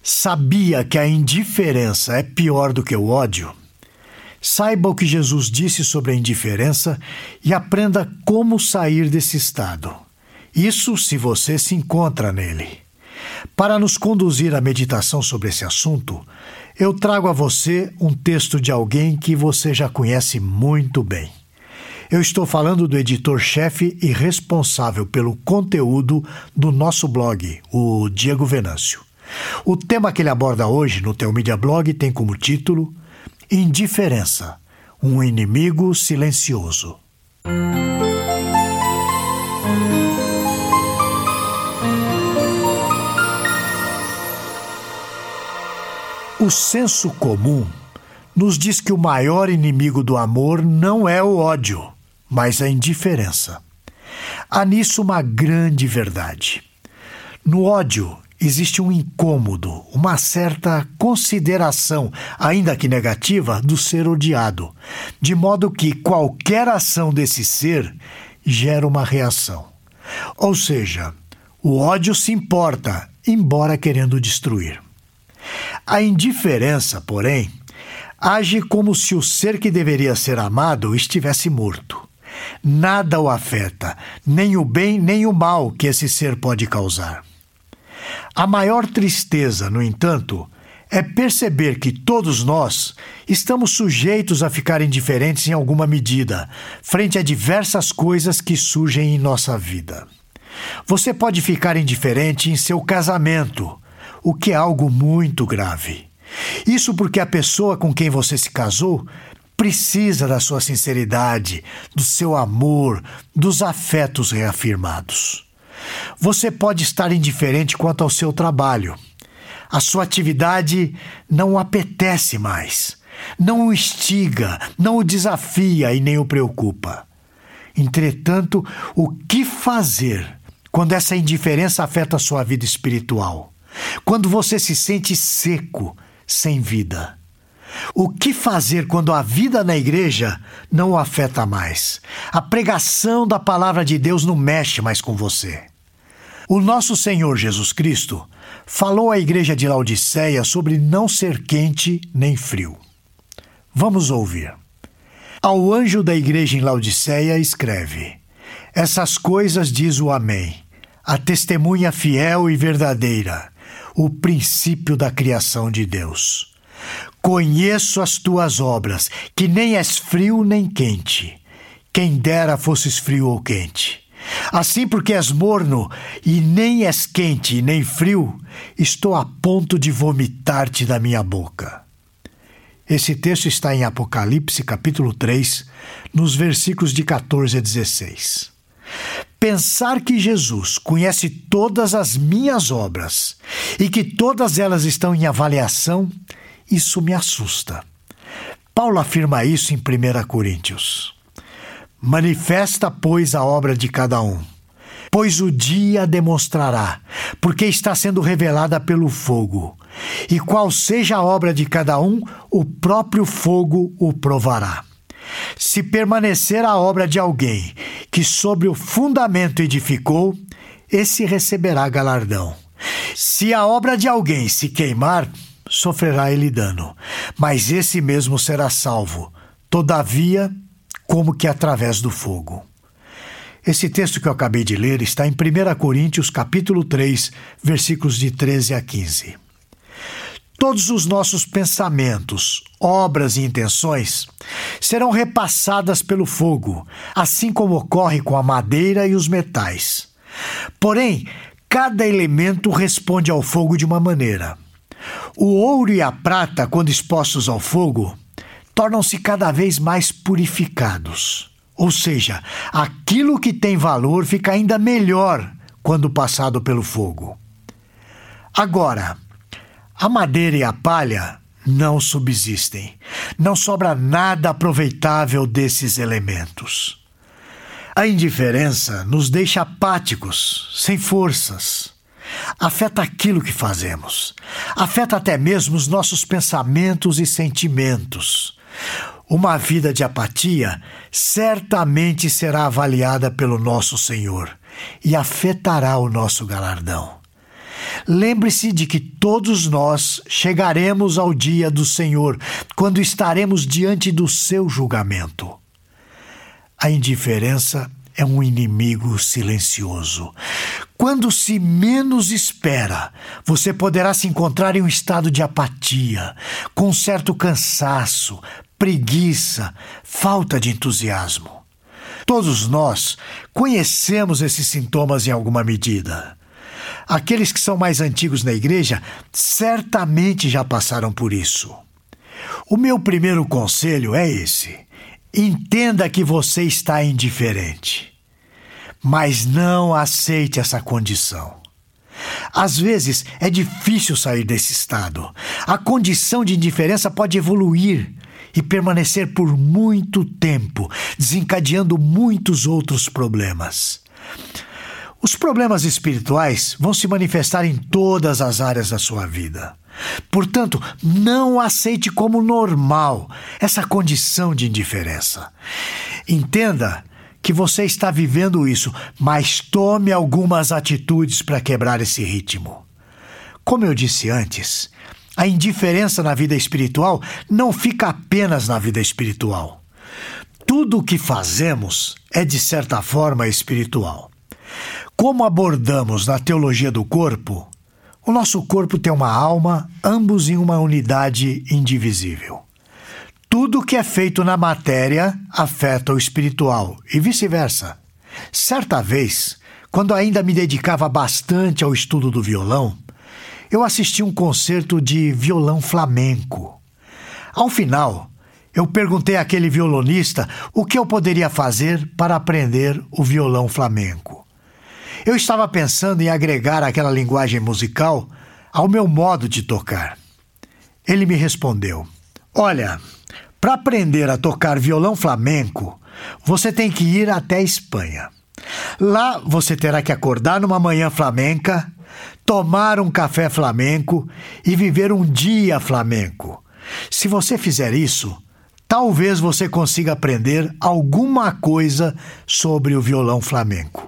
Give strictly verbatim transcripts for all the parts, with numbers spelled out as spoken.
Sabia que a indiferença é pior do que o ódio? Saiba o que Jesus disse sobre a indiferença e aprenda como sair desse estado. Isso se você se encontra nele. Para nos conduzir à meditação sobre esse assunto, eu trago a você um texto de alguém que você já conhece muito bem. Eu estou falando do editor-chefe e responsável pelo conteúdo do nosso blog, o Diego Venâncio. O tema que ele aborda hoje no Teomídia Blog tem como título Indiferença, um inimigo silencioso. O senso comum nos diz que o maior inimigo do amor não é o ódio, mas a indiferença. Há nisso uma grande verdade. No ódio existe um incômodo, uma certa consideração, ainda que negativa, do ser odiado, de modo que qualquer ação desse ser gera uma reação. Ou seja, o ódio se importa, embora querendo destruir. A indiferença, porém, age como se o ser que deveria ser amado estivesse morto. Nada o afeta, nem o bem nem o mal que esse ser pode causar. A maior tristeza, no entanto, é perceber que todos nós estamos sujeitos a ficar indiferentes em alguma medida, frente a diversas coisas que surgem em nossa vida. Você pode ficar indiferente em seu casamento, o que é algo muito grave. Isso porque a pessoa com quem você se casou precisa da sua sinceridade, do seu amor, dos afetos reafirmados. Você pode estar indiferente quanto ao seu trabalho. A sua atividade não o apetece mais, não o instiga, não o desafia e nem o preocupa. Entretanto, o que fazer quando essa indiferença afeta a sua vida espiritual? Quando você se sente seco, sem vida? O que fazer quando a vida na igreja não o afeta mais? A pregação da palavra de Deus não mexe mais com você. O nosso Senhor Jesus Cristo falou à igreja de Laodiceia sobre não ser quente nem frio. Vamos ouvir. Ao anjo da igreja em Laodiceia escreve: Essas coisas diz o Amém, a testemunha fiel e verdadeira, o princípio da criação de Deus. Conheço as tuas obras, que nem és frio nem quente. Quem dera fosses frio ou quente. Assim, porque és morno e nem és quente nem frio, estou a ponto de vomitar-te da minha boca. Esse texto está em Apocalipse, capítulo três, nos versículos de catorze a dezesseis. Pensar que Jesus conhece todas as minhas obras e que todas elas estão em avaliação, isso me assusta. Paulo afirma isso em primeira Coríntios. Manifesta, pois, a obra de cada um, pois o dia demonstrará, porque está sendo revelada pelo fogo. E qual seja a obra de cada um, o próprio fogo o provará. Se permanecer a obra de alguém que sobre o fundamento edificou, esse receberá galardão. Se a obra de alguém se queimar, sofrerá ele dano, mas esse mesmo será salvo, todavia, como que através do fogo. Esse texto que eu acabei de ler está em primeira Coríntios, capítulo três, versículos de treze a quinze. Todos os nossos pensamentos, obras e intenções serão repassadas pelo fogo, assim como ocorre com a madeira e os metais. Porém, cada elemento responde ao fogo de uma maneira. O ouro e a prata, quando expostos ao fogo, tornam-se cada vez mais purificados. Ou seja, aquilo que tem valor fica ainda melhor quando passado pelo fogo. Agora, a madeira e a palha não subsistem. Não sobra nada aproveitável desses elementos. A indiferença nos deixa apáticos, sem forças. Afeta aquilo que fazemos. Afeta até mesmo os nossos pensamentos e sentimentos. Uma vida de apatia certamente será avaliada pelo nosso Senhor e afetará o nosso galardão. Lembre-se de que todos nós chegaremos ao dia do Senhor, quando estaremos diante do seu julgamento. A indiferença é um inimigo silencioso. Quando se menos espera, você poderá se encontrar em um estado de apatia, com certo cansaço, preguiça, falta de entusiasmo. Todos nós conhecemos esses sintomas em alguma medida. Aqueles que são mais antigos na igreja certamente já passaram por isso. O meu primeiro conselho é esse: entenda que você está indiferente, mas não aceite essa condição. Às vezes é difícil sair desse estado. A condição de indiferença pode evoluir e permanecer por muito tempo, desencadeando muitos outros problemas. Os problemas espirituais vão se manifestar em todas as áreas da sua vida. Portanto, não aceite como normal essa condição de indiferença. Entenda que você está vivendo isso, mas tome algumas atitudes para quebrar esse ritmo. Como eu disse antes, a indiferença na vida espiritual não fica apenas na vida espiritual. Tudo o que fazemos é, de certa forma, espiritual. Como abordamos na teologia do corpo, o nosso corpo tem uma alma, ambos em uma unidade indivisível. Tudo que é feito na matéria afeta o espiritual e vice-versa. Certa vez, quando ainda me dedicava bastante ao estudo do violão, eu assisti um concerto de violão flamenco. Ao final, eu perguntei àquele violonista o que eu poderia fazer para aprender o violão flamenco. Eu estava pensando em agregar aquela linguagem musical ao meu modo de tocar. Ele me respondeu: olha, para aprender a tocar violão flamenco, você tem que ir até a Espanha. Lá você terá que acordar numa manhã flamenca, tomar um café flamenco e viver um dia flamenco. Se você fizer isso, talvez você consiga aprender alguma coisa sobre o violão flamenco.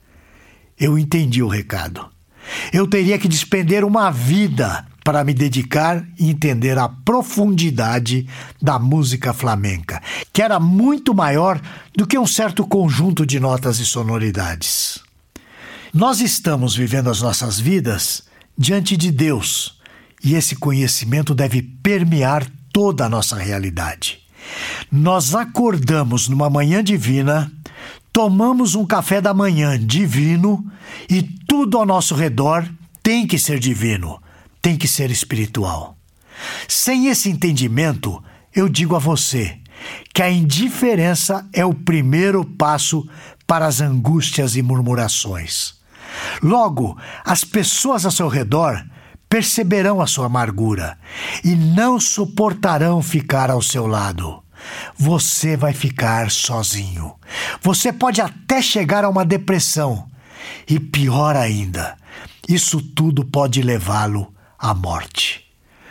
Eu entendi o recado. Eu teria que despender uma vida para me dedicar e entender a profundidade da música flamenca, que era muito maior do que um certo conjunto de notas e sonoridades. Nós estamos vivendo as nossas vidas diante de Deus, e esse conhecimento deve permear toda a nossa realidade. Nós acordamos numa manhã divina, tomamos um café da manhã divino e tudo ao nosso redor tem que ser divino, tem que ser espiritual. Sem esse entendimento, eu digo a você que a indiferença é o primeiro passo para as angústias e murmurações. Logo, as pessoas ao seu redor perceberão a sua amargura e não suportarão ficar ao seu lado. Você vai ficar sozinho. Você pode até chegar a uma depressão. E pior ainda, isso tudo pode levá-lo à morte.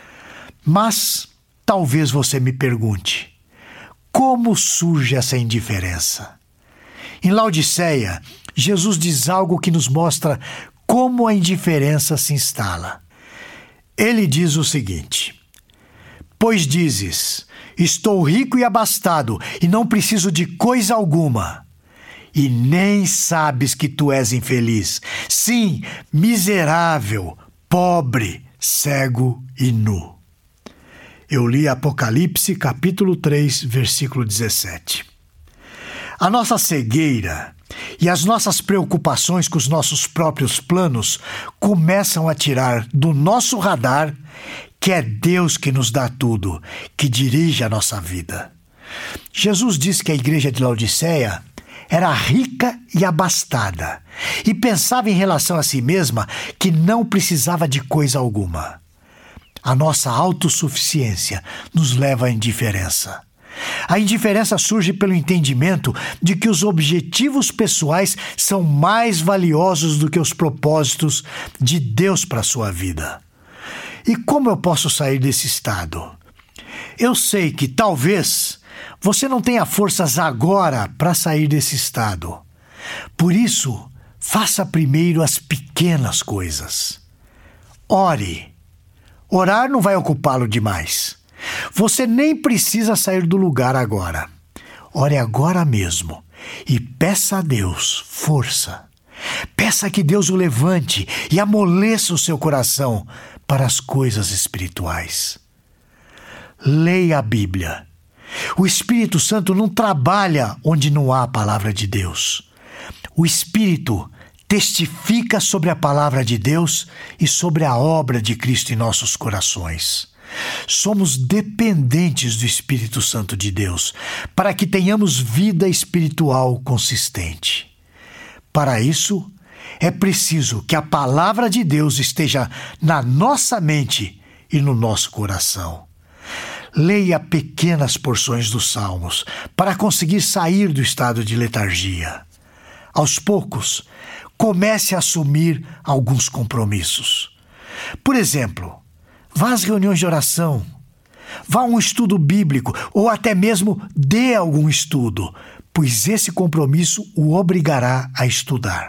Mas talvez você me pergunte: como surge essa indiferença? Em Laodiceia, Jesus diz algo que nos mostra como a indiferença se instala. Ele diz o seguinte: pois dizes, estou rico e abastado, e não preciso de coisa alguma. E nem sabes que tu és infeliz. Sim, miserável, pobre, cego e nu. Eu li Apocalipse, capítulo três, versículo dezessete. A nossa cegueira e as nossas preocupações com os nossos próprios planos começam a tirar do nosso radar que é Deus que nos dá tudo, que dirige a nossa vida. Jesus disse que a igreja de Laodiceia era rica e abastada e pensava em relação a si mesma que não precisava de coisa alguma. A nossa autossuficiência nos leva à indiferença. A indiferença surge pelo entendimento de que os objetivos pessoais são mais valiosos do que os propósitos de Deus para a sua vida. E como eu posso sair desse estado? Eu sei que talvez você não tenha forças agora para sair desse estado. Por isso, faça primeiro as pequenas coisas. Ore. Orar não vai ocupá-lo demais. Você nem precisa sair do lugar agora. Ore agora mesmo e peça a Deus força. Peça que Deus o levante e amoleça o seu coração para as coisas espirituais. Leia a Bíblia. O Espírito Santo não trabalha onde não há a palavra de Deus. O Espírito testifica sobre a palavra de Deus e sobre a obra de Cristo em nossos corações. Somos dependentes do Espírito Santo de Deus para que tenhamos vida espiritual consistente. Para isso, é preciso que a palavra de Deus esteja na nossa mente e no nosso coração. Leia pequenas porções dos Salmos para conseguir sair do estado de letargia. Aos poucos, comece a assumir alguns compromissos. Por exemplo, vá às reuniões de oração, vá a um estudo bíblico ou até mesmo dê algum estudo, pois esse compromisso o obrigará a estudar.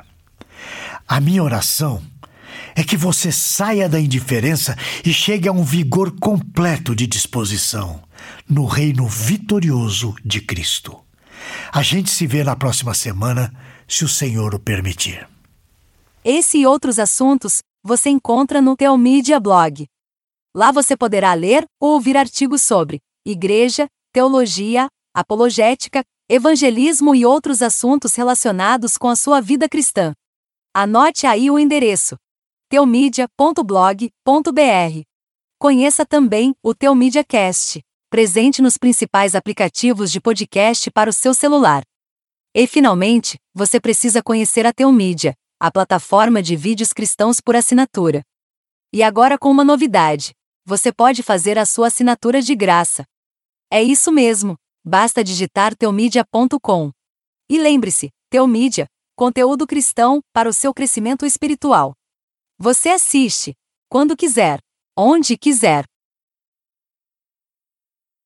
A minha oração é que você saia da indiferença e chegue a um vigor completo de disposição no reino vitorioso de Cristo. A gente se vê na próxima semana, se o Senhor o permitir. Esse e outros assuntos você encontra no Teomídia Blog. Lá você poderá ler ou ouvir artigos sobre igreja, teologia, apologética, evangelismo e outros assuntos relacionados com a sua vida cristã. Anote aí o endereço: teomídia ponto blog ponto br. Conheça também o Teomídia Cast, presente nos principais aplicativos de podcast para o seu celular. E, finalmente, você precisa conhecer a Teomídia, a plataforma de vídeos cristãos por assinatura. E agora com uma novidade: você pode fazer a sua assinatura de graça. É isso mesmo, basta digitar teomídia ponto com. E lembre-se, Teomídia, conteúdo cristão para o seu crescimento espiritual. Você assiste, quando quiser, onde quiser.